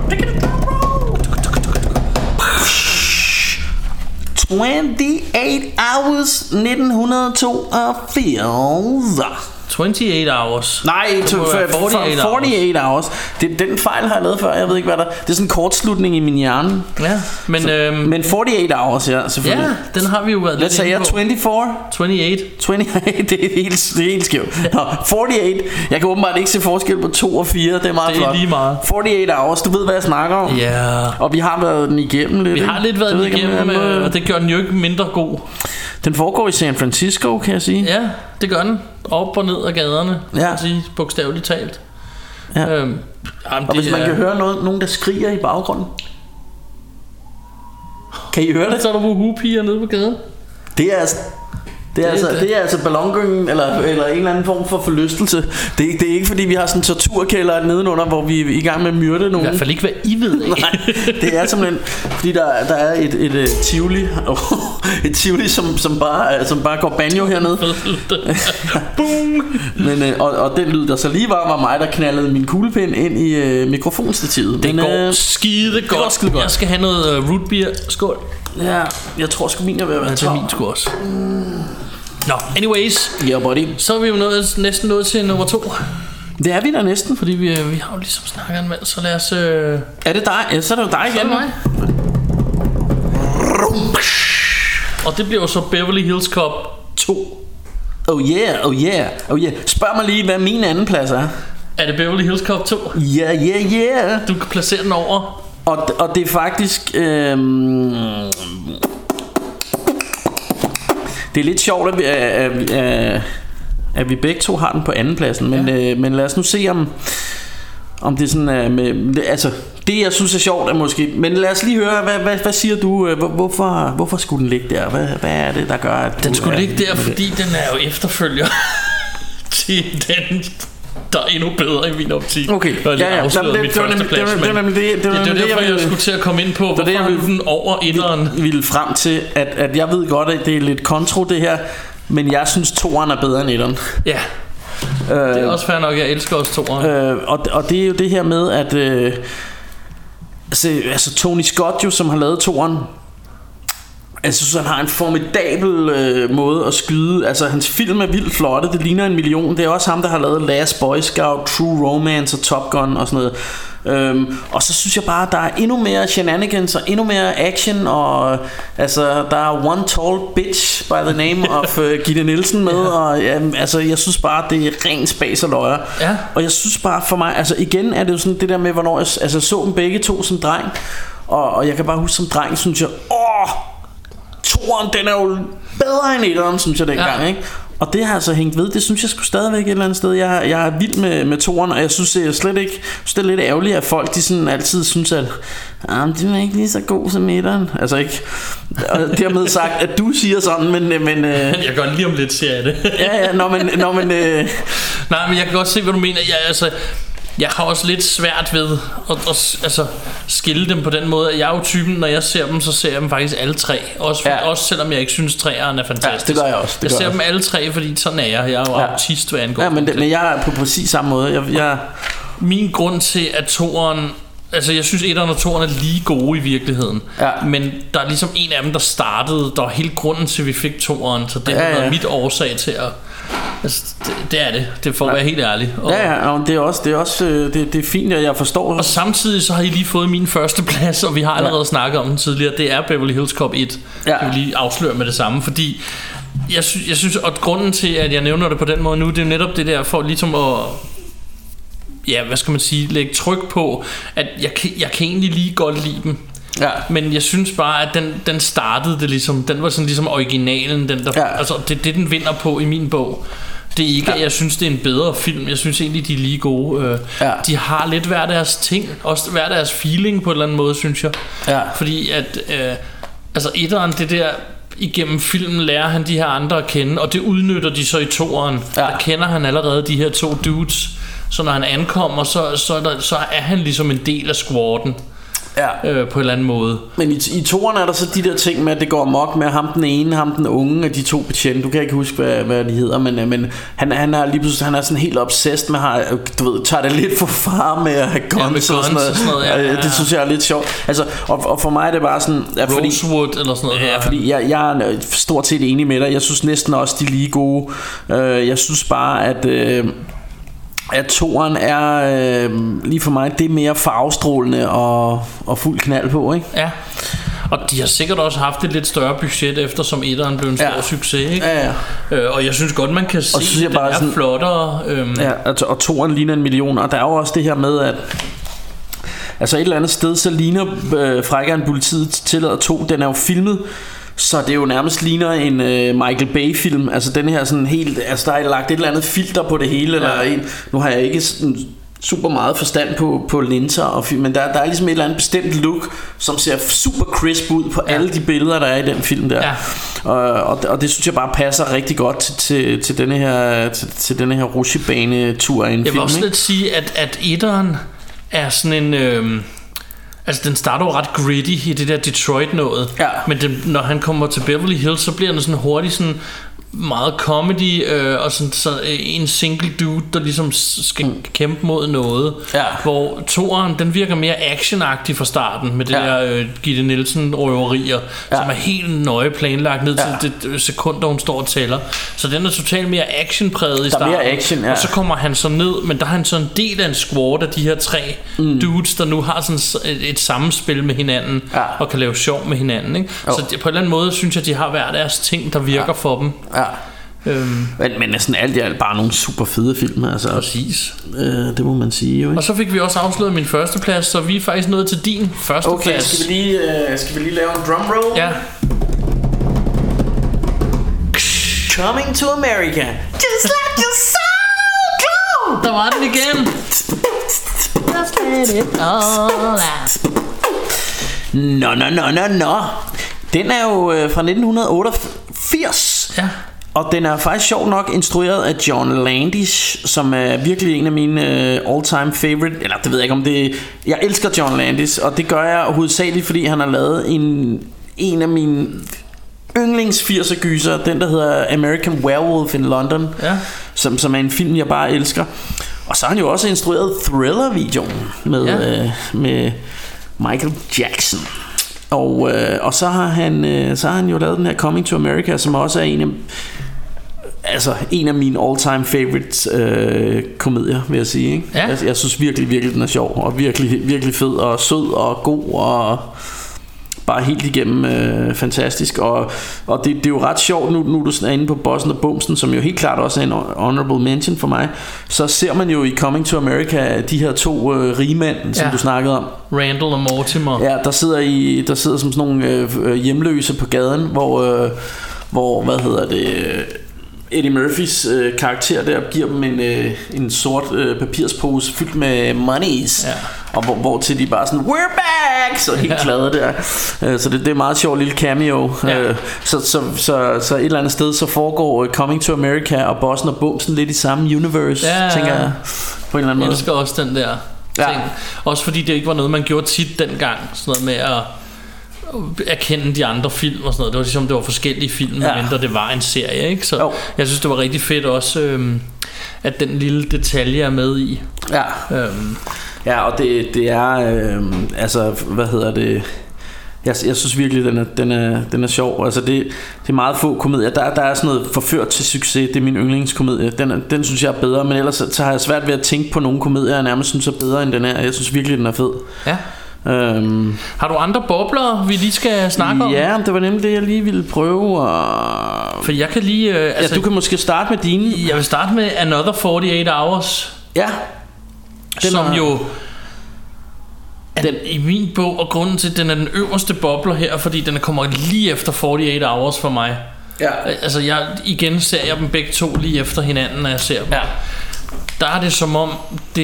28 Hours 1982. 28 Hours. Nej, 48 Hours. Den fejl har jeg lavet før. Jeg ved ikke hvad der. Det er sådan en kortslutning i min hjerne. Ja, men 48 Hours, ja, selvfølgelig. Ja, den har vi jo været lidt inde på. 28. 28, det er helt skævt. Nå, 48. Jeg kan åbenbart ikke se forskel på 2 og 4. Det er meget flot. Det er lige meget. 48 Hours, du ved hvad jeg snakker om. Ja. Og vi har været den igennem lidt. Vi har lidt været den igennem, og det gør den jo ikke mindre god. Den foregår i San Francisco, kan jeg sige. Ja, det gør den. Op og ned ad gaderne, kan jeg sige, bogstaveligt talt. Ja. Og hvis man kan høre nogen der skriger i baggrunden. Kan I høre det? Så er der woohoo-piger nede på gaden. Det er altså ballongyngen eller en eller anden form for forlystelse. Det er ikke fordi vi har sådan en torturkælder nedenunder, hvor vi er i gang med at myrde nogen. I hvert fald ikke hvad I ved af. Nej, det er simpelthen fordi der er et tivoli, et tivoli som bare går banjo hernede. Men og den lyd der så lige var mig der knaldede min kuglepen ind i mikrofonstativet. Det går skide godt. Jeg skal have noget root beer. Skål. Ja, jeg tror sgu min er ved at være tom. Det er min sgu også. Nå, anyways. Yeah, buddy. Så er vi jo næsten nået til nummer 2. Det er vi der næsten. Fordi vi har jo ligesom snakket en mand. Så lad os... Er det dig? Ja, så er det jo dig igen. mig. Og det bliver jo så Beverly Hills Cop 2. Oh yeah. Spørg mig lige hvad min anden plads er. Er det Beverly Hills Cop 2? Yeah. Du kan placere den over. Og det er faktisk det er lidt sjovt at vi begge to har den på anden pladsen. Men lad os nu se om det sådan er med, altså det jeg synes er sjovt er måske. Men lad os lige høre hvad siger du, hvorfor skulle den ligge der? Hvad er det der gør at den skulle ligge der, fordi den er jo efterfølger til den der er endnu bedre i min optik. Okay. Det er derfor jeg skulle til at komme ind på, hvorfor jeg den over inderen. Ville frem til at jeg ved godt at det er lidt kontro det her, men jeg synes toeren er bedre end etteren. Ja. Det er også fair nok. Jeg elsker også toeren. Og det er jo det her med at altså Tony Scott jo, som har lavet toeren. Jeg synes han har en formidabel måde at skyde. Altså hans film er vildt flotte. Det ligner 1 million. Det er også ham der har lavet Last Boy Scout, True Romance og Top Gun og sådan noget. Og så synes jeg bare der er endnu mere shenanigans og endnu mere action. Og altså der er One Tall Bitch by the name of Gitte Nielsen med. Og altså jeg synes bare det er ren spas og løjer. Og jeg synes bare for mig, altså igen er det jo sådan det der med hvornår jeg altså, så dem begge to som dreng. Og jeg kan bare huske som dreng synes jeg toren, den er jo bedre end etteren, synes jeg dengang, ikke? Og det har altså hængt ved. Det synes jeg sgu stadigvæk et eller andet sted. Jeg er vild med toren, og jeg synes det er slet ikke. Det er lidt ærgerligt at folk de sådan altid synes at det er ikke lige så god som etteren. Altså ikke. Og dermed sagt at du siger sådan, men jeg gør lige om lidt siger jeg det. ja, men nej, men jeg kan godt se hvad du mener. Jeg har også lidt svært ved at skille dem på den måde. Jeg er jo typen, når jeg ser dem, så ser jeg dem faktisk alle tre. Også selvom jeg ikke synes, træerne er fantastisk. Ja, det gør jeg også. Jeg ser dem alle tre, fordi sådan er jeg. Jeg er jo autist, hvad angår. Ja, men jeg er på præcis samme måde. Min grund til, at toeren... Altså jeg synes 1'eren og 2'eren er lige gode i virkeligheden. Men der er ligesom en af dem, der startede. Der var hele grunden til, at vi fik 2'eren. Så det har været mit årsag til at... Altså, det er det. Det får at være helt ærlig. Og det er fint, at jeg forstår. Og samtidig så har I lige fået min første plads, og vi har allerede snakket om den tidligere. Det er Beverly Hills Cop 1. Jeg vil lige afsløre med det samme, fordi jeg synes, at grunden til, at jeg nævner det på den måde nu, det er netop det der for ligesom at... Ja, hvad skal man sige, lægge tryk på, at jeg kan egentlig lige godt lide dem. Ja. Men jeg synes bare, at den startede det ligesom. Den var sådan ligesom originalen, den der, altså det den vinder på i min bog. Det er ikke, at jeg synes det er en bedre film. Jeg synes egentlig de er lige gode. De har lidt hver deres ting, også hver deres feeling på en eller anden måde, synes jeg. Fordi at altså 1'eren, det der igennem filmen lærer han de her andre at kende, og det udnytter de så i 2'eren. Der kender han allerede de her 2 dudes. Så når han ankommer, så er han ligesom en del af squaden. På en eller anden måde. Men i 2'eren er der så de der ting med, at det går amok med ham den ene, ham den unge af de 2 betjente. Du kan ikke huske hvad de hedder, men han er lige pludselig, han er sådan helt obsessed med, du ved, tager det lidt for far med at have guns og sådan noget. Det synes jeg er lidt sjovt. Altså, og for mig er det bare sådan, Rosewood eller sådan noget. Ja, fordi jeg er stort set enig med dig. Jeg synes næsten også de er lige gode. Jeg synes bare at 2'eren er lige for mig, det er mere farvestrålende og fuld knald på, ikke? Ja. Og de har sikkert også haft et lidt større budget, eftersom 1'eren blev en stor succes, ikke? Og jeg synes godt man kan se, at den er sådan, flottere. Og 2'eren ligner 1 million. Og der er jo også det her med, at altså et eller andet sted, så ligner Frækkeren Politiet tillader 2. Den er jo filmet, så det jo nærmest ligner en Michael Bay film. Altså den her sådan helt, altså der er lagt et eller andet filter på det hele, eller nu har jeg ikke sådan super meget forstand på linser og film, men der er ligesom et eller andet bestemt look, som ser super crisp ud på alle de billeder, der er i den film der. Og det synes jeg bare passer rigtig godt til denne her til denne her rutsjebane-tur i en film. Jeg vil også lidt sige, at 1'eren er sådan en... Altså den starter jo ret gritty i det der Detroit noget. Men når han kommer til Beverly Hills, så bliver han sådan hurtigt sådan meget comedy, og sådan så en single dude, der ligesom skal kæmpe mod noget. Hvor 2'eren, den virker mere actionagtig fra starten, med det der Gitte Nielsen røverier, som er helt nøje planlagt ned til det sekund, der hun står og tæller. Så den er totalt mere actionpræget i starten. Mere action, og så kommer han så ned, men der er han så en del af en squad af de her 3 dudes, der nu har sådan et samspil med hinanden, og kan lave sjov med hinanden, ikke? Så på en eller anden måde synes jeg, de har hver deres ting, der virker for dem. Men næsten alt i alt bare nogle super fede film, altså. Præcis. Det må man sige jo, ikke? Og så fik vi også afsløret min første plads, så vi er faktisk nået til din første plads. Skal vi lige lave en drum roll? Ja. Coming to America, just like your soul glow. Der var den igen. Just let it all out. Nå. Den er jo fra 1988. Ja. Og den er faktisk sjov nok instrueret af John Landis, som er virkelig en af mine all-time favorite. Eller det ved jeg ikke om det. Jeg elsker John Landis, og det gør jeg hovedsageligt, fordi han har lavet en af mine yndlings 80'er gyser, den der hedder American Werewolf in London, som er en film jeg bare elsker. Og så har han jo også instrueret Thriller-videoen med Michael Jackson. Og så har han jo lavet den her Coming to America, som også er en af mine all-time favorites komedier, vil jeg sige, ikke? Jeg synes virkelig den er sjov, og virkelig fed og sød og god, og bare helt igennem fantastisk. Og det er jo ret sjovt, nu du er inde på Bossen og Bumsen, som jo helt klart også er en honorable mention for mig. Så ser man jo i Coming to America de her 2 rigmænd, som du snakkede om, Randall og Mortimer. Ja, der sidder som sådan nogle hjemløse på gaden, hvor hvad hedder det, Eddie Murphys karakter der giver dem en sort papirspose fyldt med monies, og hvor til de bare sådan we're back, så helt glade der. Så det er et meget sjovt lille cameo. Så et eller andet sted så foregår Coming to America og Bossen og Bumsen lidt i samme universe, tænker jeg på en eller anden måde. Jeg elsker også den der ting. Også fordi det ikke var noget man gjorde tit dengang. Sådan noget med at erkende de andre film og sådan noget. Det var ligesom det var forskellige film, mindre det var en serie, ikke? Så jeg synes det var rigtig fedt også, at den lille detalje er med i. Ja, og det er altså, hvad hedder det? Jeg synes virkelig den er sjov. Altså det er meget få komedier. Der er sådan noget Forført til succes. Det er min yndlingskomedie. Den synes jeg er bedre. Men ellers så har jeg svært ved at tænke på nogle komedier jeg nærmest synes er bedre end den her. Jeg synes virkelig den er fed. Ja. Har du andre bobler vi lige skal snakke om? Ja, det var nemlig det jeg lige ville prøve For jeg kan lige du kan måske starte med dine. Jeg vil starte med Another 48 Hours. Ja. Som jo den i min bog, og grunden til at den er den øverste bobler her, fordi den kommer lige efter 48 Hours for mig. Ja. Altså igen ser jeg dem begge to lige efter hinanden, når jeg ser dem. Der er det som om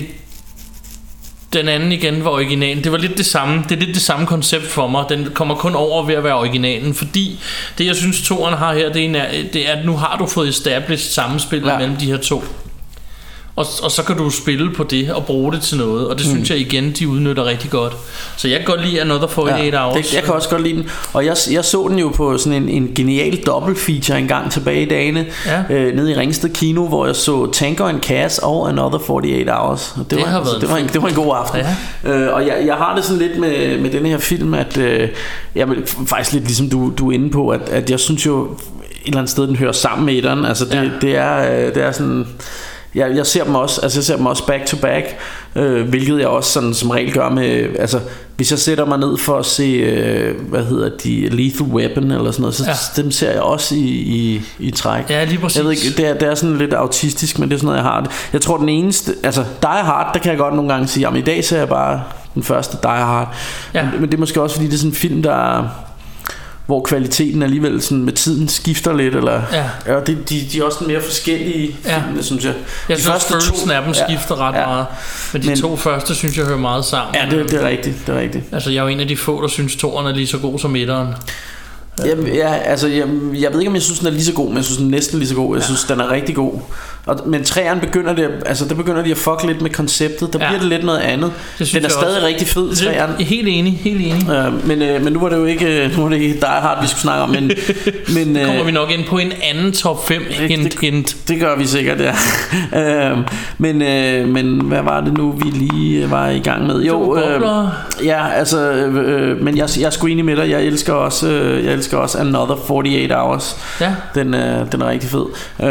den anden igen var originalen. Det var lidt det samme. Det er lidt det samme koncept for mig. Den kommer kun over ved at være originalen, fordi det jeg synes toeren har her, det er at nu har du fået established sammenspillet mellem de her to. Og så kan du spille på det og bruge det til noget. Og det synes jeg igen de udnytter rigtig godt. Så jeg kan godt lide Another 48 Hours. Jeg kan også godt lide den. Og jeg så den jo på sådan en genial dobbelt feature en gang tilbage i dagene, nede i Ringsted Kino, hvor jeg så Tango and Cash og Another 48 Hours. Og det var en god aften. Og jeg har det sådan lidt med den her film, at jeg vil faktisk lidt ligesom du er inde på, at jeg synes jo et eller andet sted den hører sammen med etteren. Altså det er sådan. Jeg ser dem også back to back, hvilket jeg også sådan som regel gør med, altså hvis jeg sætter mig ned for at se hvad hedder de, Lethal Weapon eller sådan noget, så dem ser jeg også i træk. Ja, lige præcis. Jeg ved ikke, det er sådan lidt autistisk, men det er sådan noget jeg har det. Jeg tror den eneste, altså Die Hard, der kan jeg godt nogle gange sige, jamen i dag ser jeg bare den første Die Hard. Men det er måske også fordi det er sådan en film hvor kvaliteten alligevel sådan med tiden skifter lidt, eller de er også mere forskellige filmene, synes jeg. Jeg synes følelsen af dem skifter ret meget. Men de to første synes jeg hører meget sammen. Ja, det er rigtigt. Altså jeg er jo en af de få der synes toeren er lige så god som etteren. Jeg ved ikke om jeg synes den er lige så god, men jeg synes den er næsten lige så god. Jeg synes den er rigtig god. Men træerne begynder de at fuck lidt med konceptet. Der bliver det lidt noget andet. Den er stadig rigtig fed, træerne. Helt enig. Men nu var det jo ikke Die Hard vi skulle snakke om. Men kommer vi nok ind på en anden top 5 hint. Det gør vi sikkert, ja. Men hvad var det nu vi lige var i gang med? Jo, men jeg er sgu enig med dig. Jeg elsker også Another 48 Hours. Ja. Den er rigtig fed.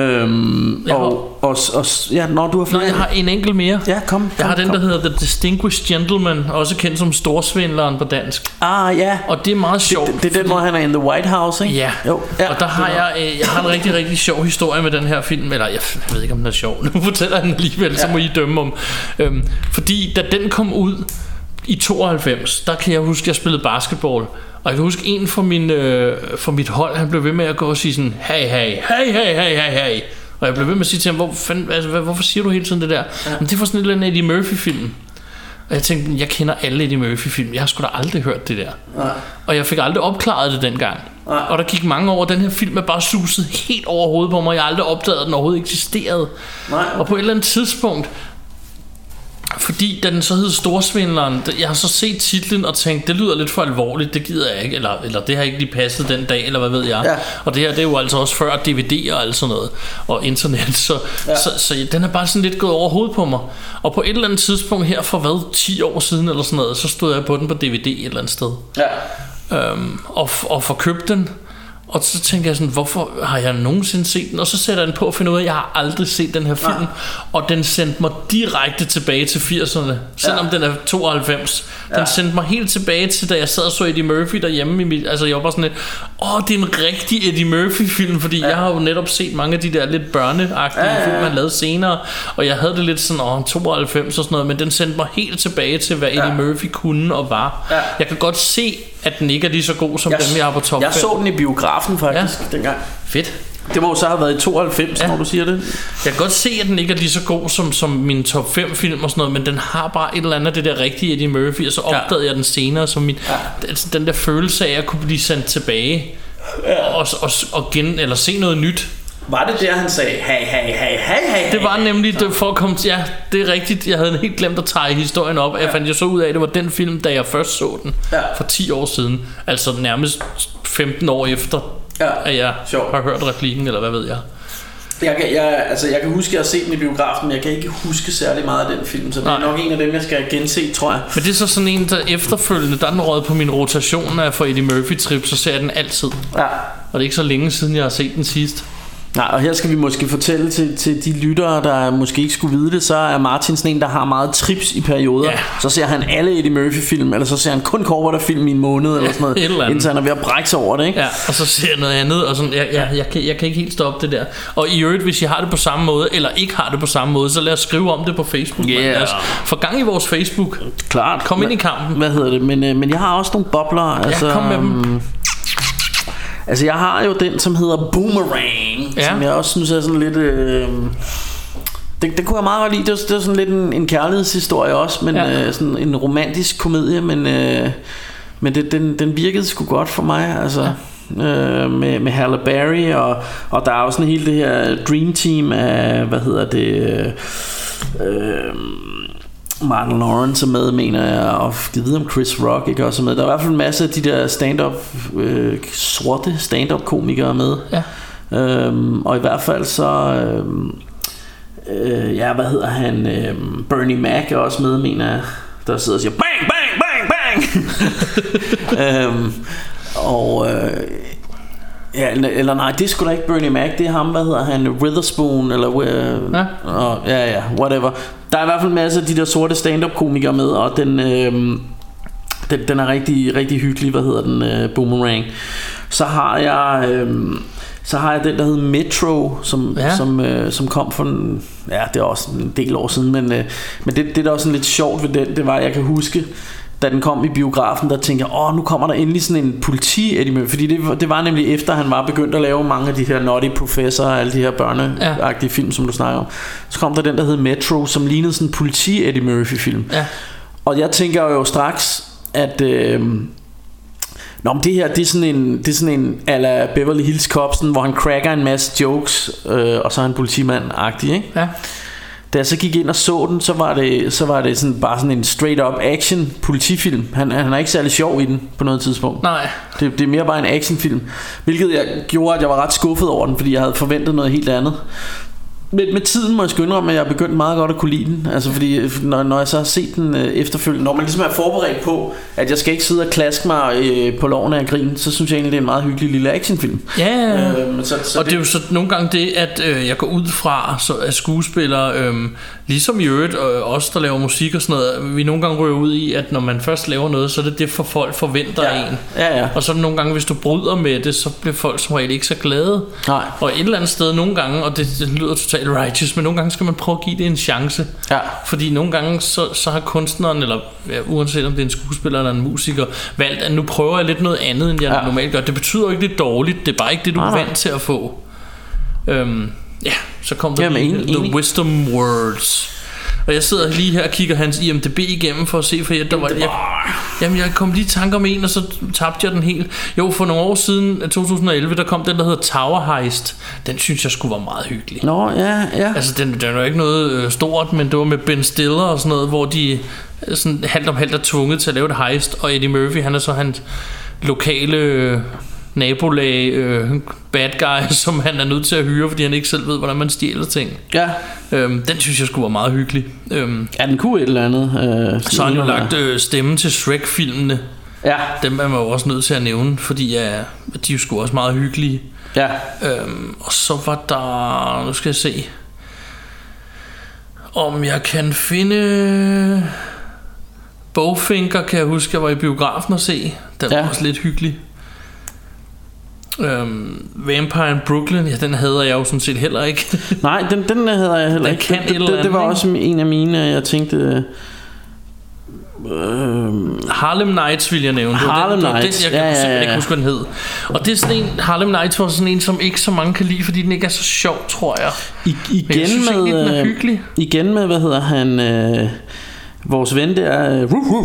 Når du har flere. Jeg har en enkelt mere. Ja, kom. Jeg har den der hedder The Distinguished Gentleman, også kendt som Storsvindleren på dansk. Ja. Og det er meget sjovt. Det er den hvor han er in the White House, ikke? Ja. Jo. Og der har jeg har en rigtig rigtig sjov historie med den her film. Eller jeg ved ikke om den er sjov. Nu fortæller jeg den alligevel, så må I dømme om. Fordi da den kom ud i 92, der kan jeg huske jeg spillede basketball. Og jeg kan huske en for mit hold, han blev ved med at gå og sige sådan, hey. Og jeg blev ved med at sige til ham, hvorfor siger du hele tiden det der? Men det var sådan et eller andet Eddie Murphy-film. Og jeg tænkte, jeg kender alle Eddie Murphy-film. Jeg har sgu da aldrig hørt det der. Og jeg fik aldrig opklaret det dengang. Og der gik mange år. Den her film er bare suset helt over hovedet på mig. Jeg har aldrig opdaget, at den overhovedet eksisterede. Og på et eller andet tidspunkt, fordi da den så hed Storsvindleren, jeg har så set titlen og tænkt, det lyder lidt for alvorligt, det gider jeg ikke, eller det har ikke lige passet den dag, eller hvad ved jeg. Og det her, det er jo altså også før DVD og alt sådan noget, og internet, så den er bare sådan lidt gået over hovedet på mig. Og på et eller andet tidspunkt her for 10 år siden eller sådan noget, så stod jeg på den på DVD et eller andet sted. Og forkøbte den. Og så tænker jeg sådan, hvorfor har jeg nogensinde set den? Og så sætter jeg den på og finder ud af, at jeg har aldrig set den her film. Og den sendte mig direkte tilbage til 80'erne. Selvom den er 92. Den sendte mig helt tilbage til, da jeg sad og så Eddie Murphy derhjemme i mit, altså jeg var bare sådan lidt, det er en rigtig Eddie Murphy film. Fordi jeg har jo netop set mange af de der lidt børneagtige film han lavede senere. Og jeg havde det lidt sådan 92 og sådan noget. Men den sendte mig helt tilbage til, hvad Eddie Murphy kunne og var. Jeg kan godt se, at den ikke er lige så god som dem jeg har på top 5. Jeg så den i biografen faktisk dengang. Fedt. Det må jo så have været i 92, når du siger det. Jeg kan godt se, at den ikke er lige så god som min top 5 film og sådan noget, men den har bare et eller andet det der rigtige Eddie Murphy, og så opdagede jeg den senere som den der følelse af at kunne blive sendt tilbage og eller se noget nyt. Var det der han sagde hey? Det var nemlig det, for at komme til, ja, det er rigtigt. Jeg havde helt glemt at tage historien op. Jeg fandt jo så ud af, at det var den film, da jeg først så den for 10 år siden. Altså nærmest 15 år efter, at jeg har hørt replikken, eller hvad ved jeg. Jeg kan huske, at jeg har set den i biografen, men jeg kan ikke huske særlig meget af den film, så det er nok en af dem, jeg skal gense, tror jeg. Men det er så sådan en, der efterfølgende, der er den røget på min rotation af for Eddie Murphy-trip, så ser jeg den altid. Ja. Og det er ikke så længe siden, jeg har set den sidst. Nej, og her skal vi måske fortælle til de lyttere, der måske ikke skulle vide det, så er Martin sådan en, der har meget trips i perioder. Ja. Så ser han alle Eddie Murphy-film, eller så ser han kun Corvader-film i en måned, eller sådan noget, indtil han er ved at brække sig over det, ikke? Ja, og så ser jeg noget andet, og sådan, jeg kan ikke helt stoppe det der. Og i øvrigt, hvis I har det på samme måde, eller ikke har det på samme måde, så lad os skrive om det på Facebook. Lad os få gang i vores Facebook. Klart. Kom ind i kampen. Hvad hedder det? Men jeg har også nogle bobler. Ja, kom med dem. Altså jeg har jo den, som hedder Boomerang, som jeg også synes er sådan lidt det kunne jeg meget godt lide. Det var sådan lidt en kærlighedshistorie også, men sådan en romantisk komedie, men den virkede sgu godt for mig, altså. Med Halle Berry, og der er jo sådan hele det her dream team af, hvad hedder det, Martin Lawrence er med, mener jeg, og jeg ved om Chris Rock ikke også er med. Der er i hvert fald en masse af de der stand-up sorte stand-up komikere med. Ja. Og i hvert fald så hvad hedder han, Bernie Mac er også med, mener jeg, der sidder og siger bang bang bang bang. Eller nej, det er sgu da ikke Bernie Mac, det er ham, hvad hedder han, Witherspoon, eller whatever. Der er i hvert fald en masse af de der sorte stand-up komikere med, og den er rigtig, rigtig hyggelig, hvad hedder den, Boomerang. Så har jeg den, der hedder Metro, som kom for det er også en del år siden, men det der også sådan lidt sjovt ved den, det var, jeg kan huske, da den kom i biografen, der tænkte jeg, nu kommer der endelig sådan en politi-Eddie Murphy, fordi det var nemlig efter han var begyndt at lave mange af de her Nutty Professor og alle de her børneagtige film, som du snakker om. Så kom der den, der hed Metro, som lignede sådan en politi-Eddie Murphy film. Og jeg tænker jo straks, at men det her, det er sådan en a la Beverly Hills Copsen, hvor han cracker en masse jokes, og så er han politimand-agtig, ikke? Ja. Da jeg så gik ind og så den, så var det sådan, bare sådan en straight up action politifilm. Han er ikke særlig sjov i den på noget tidspunkt. Nej. Det er mere bare en actionfilm, hvilket jeg gjorde, at jeg var ret skuffet over den, fordi jeg havde forventet noget helt andet. Men med tiden må jeg sgu indrømme, at jeg er begyndt meget godt at kunne lide den. Altså fordi når jeg så har set den efterfølgende, når man ligesom er forberedt på, at jeg skal ikke sidde og klaske mig på loven af grin, så synes jeg egentlig, det er en meget hyggelig lille actionfilm. Ja, og det er jo så nogle gange det, at jeg går ud fra at skuespillere, ligesom i øvrigt os, der laver musik og sådan noget, vi nogle gange ryger ud i, at når man først laver noget, så er det for folk forventer en. Ja. Og så nogle gange, hvis du bryder med det, så bliver folk som regel ikke så glade. Nej. Og et eller andet sted nogle gange, og det lyder totalt righteous, men nogle gange skal man prøve at give det en chance. Ja. Fordi nogle gange så har kunstneren, eller uanset om det er en skuespiller eller en musiker, valgt, at nu prøver jeg lidt noget andet, end jeg normalt gør. Det betyder ikke, det er dårligt, det er bare ikke det, du er vant til at få. Så kom der The Wisdom Words. Og jeg sidder lige her og kigger hans IMDb igennem for at se, for jeg kom lige i tanke om en, og så tabte jeg den helt. Jo, for nogle år siden, 2011, der kom den, der hedder Tower Heist. Den synes jeg skulle var meget hyggelig. Ja. Altså, den var ikke noget stort, men det var med Ben Stiller og sådan noget, hvor de sådan halvt om halvt er tvunget til at lave et heist. Og Eddie Murphy, han er så hans lokale nabolag bad guy, som han er nødt til at hyre, fordi han ikke selv ved, hvordan man stjæler ting. Ja. Den synes jeg skulle være meget hyggelig. Den kunne et eller andet. Så har han jo lagt stemmen til Shrek-filmene. Ja. Dem er man jo også nødt til at nævne, fordi de er jo sgu også meget hyggelige. Ja. Og så var der, nu skal jeg se, om jeg kan finde Bowfinger, kan jeg huske, jeg var i biografen og se. Den var også lidt hyggelig. Vampire in Brooklyn, den hader jeg jo sådan set heller ikke. Nej, den hader jeg heller ikke. Det var også en af mine, jeg tænkte. Harlem Nights vil jeg nævne. Harlem Nights, jeg kan ikke huske, hvad den hed. Og det er sådan en, Harlem Nights var sådan en, som ikke så mange kan lide, fordi den ikke er så sjov, tror jeg. Igen med, hvad hedder han, vores ven der,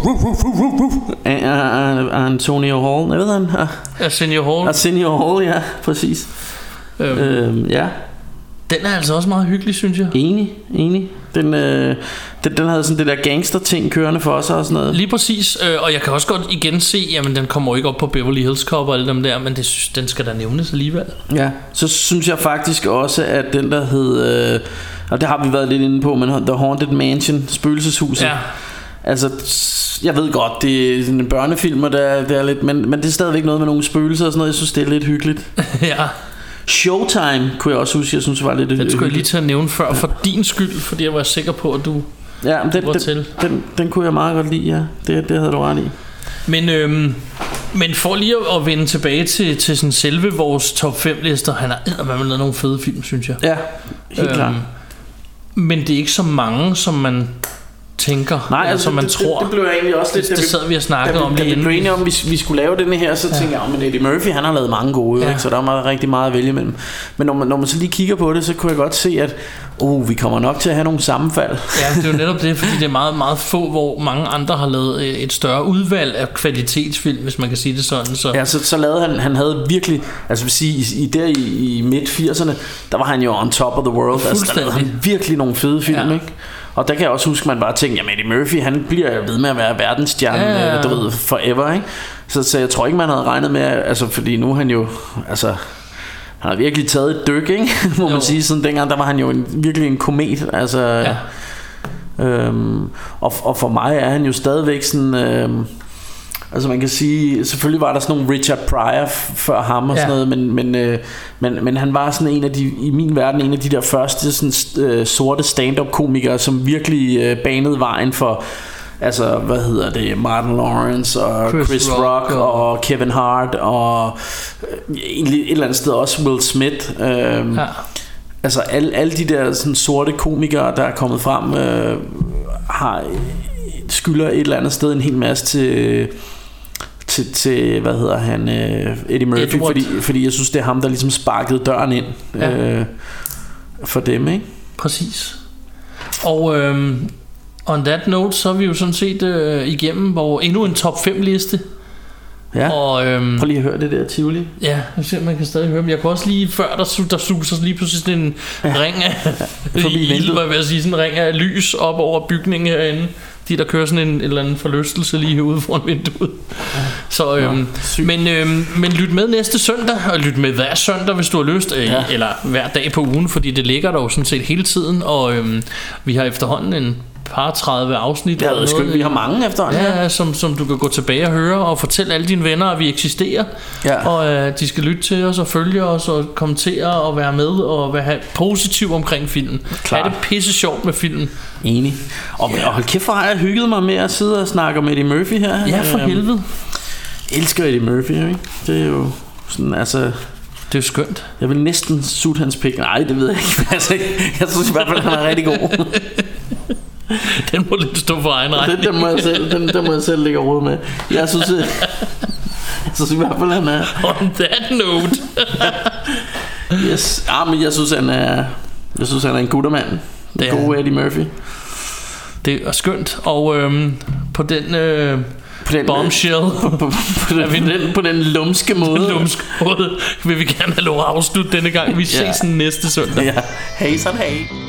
Antonio Hall, jeg ved han. Arsenio Hall. Arsenio Hall, ja, præcis. Ja. Den er altså også meget hyggelig, synes jeg. Enig. Den havde sådan det der gangster-ting kørende for sig og sådan noget. Lige præcis, og jeg kan også godt igen se, jamen den kommer jo ikke op på Beverly Hills Cop og alle dem der, men den skal da nævnes alligevel. Ja, så synes jeg faktisk også, at den der hed, og det har vi været lidt inde på, men The Haunted Mansion, spøgelseshuset. Ja. Altså, jeg ved godt, det er sådan en børnefilm, og det er lidt, men det er stadigvæk noget med nogle spøgelser og sådan noget. Jeg synes, det er lidt hyggeligt. Ja. Showtime kunne jeg også huske, jeg synes var lidt hyggeligt. Den skulle jeg lige til at nævne før for din skyld, fordi jeg var sikker på, at du var til. Den kunne jeg meget godt lide, ja. Det havde du ret i. Men for lige at vende tilbage til sådan selve vores top 5 lister, han har lavet nogle fede film, synes jeg. Ja, helt klart. Men det er ikke så mange, som man tænker. Nej, altså som man tror. Det blev jeg egentlig også lidt. Det sad vi og snakkede om lige inden. Da vi blev enige om, vi skulle lave denne her, så tænkte jeg, men Eddie Murphy, han har lavet mange gode, ikke? Så der er rigtig meget at vælge imellem. Men når man så lige kigger på det, så kunne jeg godt se, at vi kommer nok til at have nogle sammenfald. Ja, det er jo netop det, fordi det er meget, meget få, hvor mange andre har lavet et større udvalg af kvalitetsfilm, hvis man kan sige det sådan. Så. Ja, så lavede han havde virkelig, altså vil sige, i midt-80'erne, der var han jo on top of the world. Altså, der lavede han virkelig nogle fede film, ikke? Og der kan jeg også huske, man bare tænker, jamen Eddie Murphy, han bliver jo ved med at være verdensstjerne, du ved, forever, ikke? Så jeg tror ikke, man havde regnet med, altså fordi nu han jo, altså han har virkelig taget et dyk, ikke? Må man sige, sådan dengang, der var han jo virkelig en komet, altså. Og for mig er han jo stadigvæk sådan, altså man kan sige, selvfølgelig var der sådan nogle Richard Pryor før ham og sådan noget, men han var sådan en af de, i min verden, en af de der første sådan, sorte stand-up komikere, som virkelig banede vejen for, altså hvad hedder det, Martin Lawrence og Chris Rock og Kevin Hart og egentlig et eller andet sted også Will Smith. Altså alle de der sådan sorte komikere, der er kommet frem, skylder et eller andet sted en hel masse til hvad hedder han, Eddie Murphy, fordi jeg synes det er ham, der ligesom sparkede døren ind for dem, ikke? Præcis. Og on that note, så er vi jo sådan set igennem hvor endnu en top 5 liste. Ja. Og prøv lige at høre det der Tivoli. Ja, man kan stadig høre dem. Jeg kunne også lige før der suser lige pludselig sådan en ring af forbi vinduet, vil jeg sige, sådan en ring af lys op over bygningen herinde. De der kører sådan en eller anden forlystelse lige herude foran vinduet. Så men lyt med næste søndag, og lyt med hver søndag, hvis du har lyst, eller hver dag på ugen, fordi det ligger der jo sådan set hele tiden. Og vi har efterhånden en par 30 afsnit. Ja, vi har mange efterhånden. Ja, som du kan gå tilbage og høre og fortælle alle dine venner, at vi eksisterer. Ja. Og de skal lytte til os og følge os og kommentere og være med og have positiv omkring filmen. Ha' det pisse sjovt med filmen. Enig. Og hold kæft, hvor har jeg hygget mig med at sidde og snakke om Eddie Murphy her. Ja, for helvede. Elsker Eddie Murphy, ikke? Det er jo sådan, altså, det er jo skønt. Jeg vil næsten sutte hans pik. Nej, det ved jeg ikke. Altså, jeg synes i hvert fald, han er rigtig god. Den må lidt stå for egen regning. Den må jeg selv lægge råd med. Jeg synes i hvert fald, han er. On that note. Yes. Men jeg synes han er en guttermand. Den gode Eddie Murphy. Det er skønt. Og på den bombshell på den lumske måde vil vi gerne have lov at afslutte denne gang. Vi ses næste søndag. Ja. Hej sådan, hej.